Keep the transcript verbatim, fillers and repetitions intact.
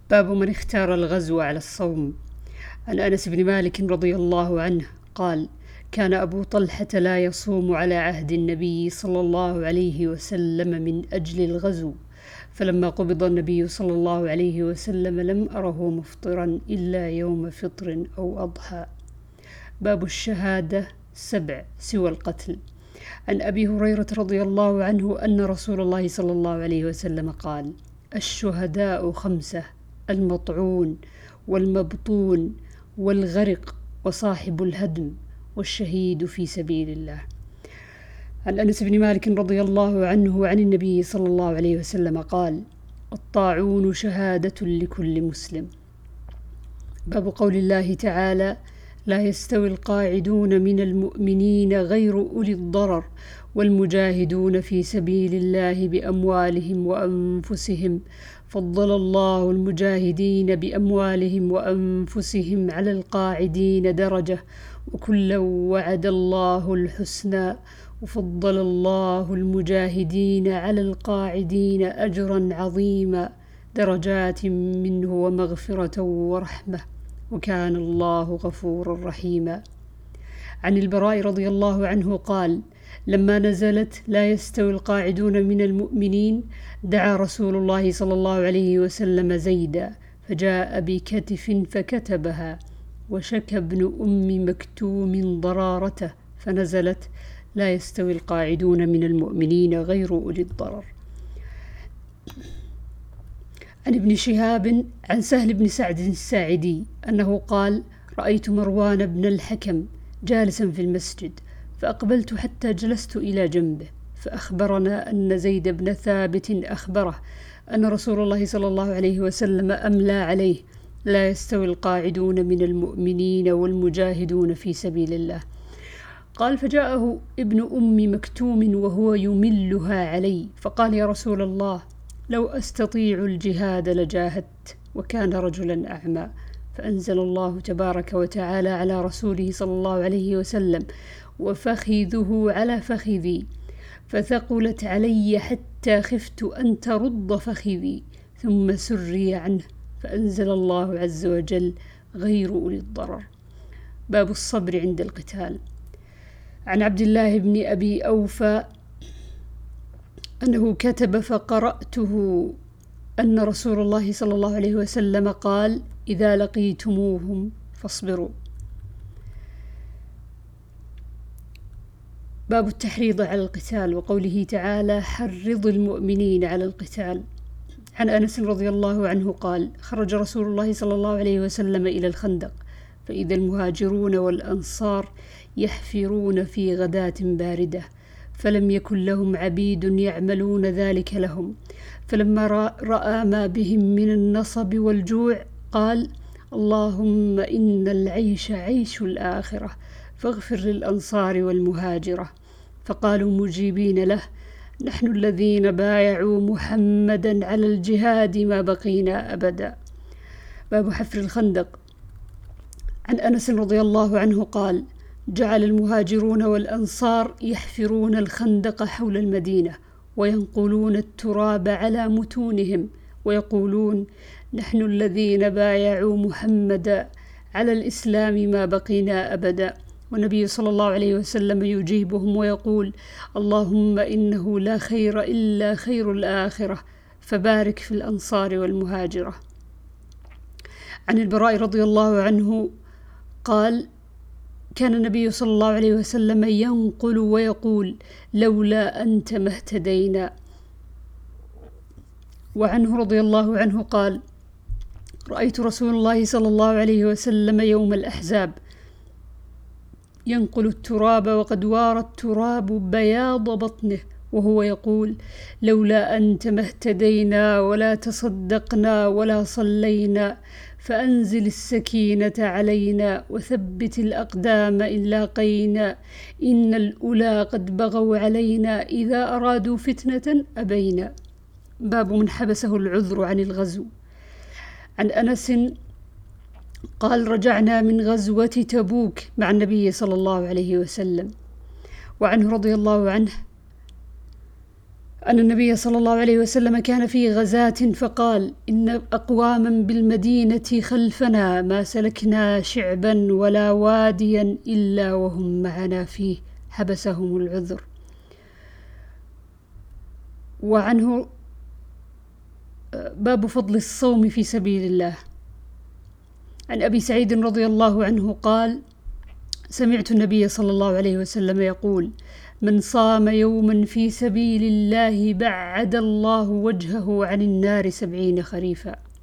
باب من اختار الغزو على الصوم. عن أنس بن مالك رضي الله عنه قال: كان أبو طلحة لا يصوم على عهد النبي صلى الله عليه وسلم من أجل الغزو، فلما قبض النبي صلى الله عليه وسلم لم أره مفطرا إلا يوم فطر أو أضحى. باب الشهادة سبع سوى القتل. عن أبي هريرة رضي الله عنه أن رسول الله صلى الله عليه وسلم قال: الشهداء خمسة: المطعون والمبطون والغرق وصاحب الهدم والشهيد في سبيل الله. عن أنس بن مالك رضي الله عنه عن النبي صلى الله عليه وسلم قال: الطاعون شهادة لكل مسلم. باب قول الله تعالى: لا يستوي القاعدون من المؤمنين غير أولي الضرر والمجاهدون في سبيل الله بأموالهم وأنفسهم، فضل الله المجاهدين بأموالهم وأنفسهم على القاعدين درجة، وكلا وعد الله الحسنى، وفضل الله المجاهدين على القاعدين أجرا عظيما، درجات منه ومغفرة ورحمة، وكان الله غفورا رحيما. عن البراء رضي الله عنه قال: لما نزلت لا يستوي القاعدون من المؤمنين دعا رسول الله صلى الله عليه وسلم زيدا فجاء بكتف فكتبها، وشكى ابن أم مكتوم ضرارته فنزلت: لا يستوي القاعدون من المؤمنين غير أولي الضرر. عن ابن شهاب عن سهل بن سعد الساعدي أنه قال: رأيت مروان بن الحكم جالسا في المسجد، فأقبلت حتى جلست إلى جنبه، فأخبرنا أن زيد بن ثابت أخبره أن رسول الله صلى الله عليه وسلم أملى عليه: لا يستوي القاعدون من المؤمنين والمجاهدون في سبيل الله. قال: فجاءه ابن أم مكتوم وهو يملها علي، فقال: يا رسول الله، لو أستطيع الجهاد لجاهدت، وكان رجلا أعمى، فأنزل الله تبارك وتعالى على رسوله صلى الله عليه وسلم: وفخذه على فخذي، فثقلت علي حتى خفت أن ترد فخذي، ثم سري عنه، فأنزل الله عز وجل: غير أولي الضرر. باب الصبر عند القتال. عن عبد الله بن أبي أوفى أنه كتب فقرأته أن رسول الله صلى الله عليه وسلم قال: إذا لقيتموهم فاصبروا. باب التحريض على القتال، وقوله تعالى: حرض المؤمنين على القتال. عن أنس رضي الله عنه قال: خرج رسول الله صلى الله عليه وسلم إلى الخندق، فإذا المهاجرون والأنصار يحفرون في غداة باردة، فلم يكن لهم عبيد يعملون ذلك لهم، فلما رأى ما بهم من النصب والجوع قال: اللهم إن العيش عيش الآخرة، فاغفر للأنصار والمهاجرة. فقالوا مجيبين له: نحن الذين بايعوا محمدا على الجهاد ما بقينا أبدا. باب حفر الخندق. عن أنس رضي الله عنه قال: جعل المهاجرون والأنصار يحفرون الخندق حول المدينة، وينقلون التراب على متونهم، ويقولون: نحن الذين بايعوا محمدا على الإسلام ما بقينا أبدا. والنبي صلى الله عليه وسلم يجيبهم ويقول: اللهم إنه لا خير إلا خير الآخرة، فبارك في الأنصار والمهاجرة. عن البراء رضي الله عنه قال: كان النبي صلى الله عليه وسلم ينقل ويقول: لولا أنت ما اهتدينا. وعنه رضي الله عنه قال: رأيت رسول الله صلى الله عليه وسلم يوم الأحزاب ينقل التراب وقد وار التراب بياض بطنه، وهو يقول: لولا أنت ما اهتدينا ولا تصدقنا ولا صلينا، فأنزل السكينة علينا وثبت الأقدام إن لاقينا، إن الأولى قد بغوا علينا، إذا أرادوا فتنة أبينا. باب من حبسه العذر عن الغزو. عن أنس قال: رجعنا من غزوة تبوك مع النبي صلى الله عليه وسلم. وعنه رضي الله عنه أن النبي صلى الله عليه وسلم كان في غزاة فقال: إن أقواما بالمدينة خلفنا ما سلكنا شعبا ولا واديا إلا وهم معنا فيه، حبسهم العذر. وعنه باب فضل الصوم في سبيل الله. عن أبي سعيد رضي الله عنه قال: سمعت النبي صلى الله عليه وسلم يقول: من صام يوما في سبيل الله بعد الله وجهه عن النار سبعين خريفا.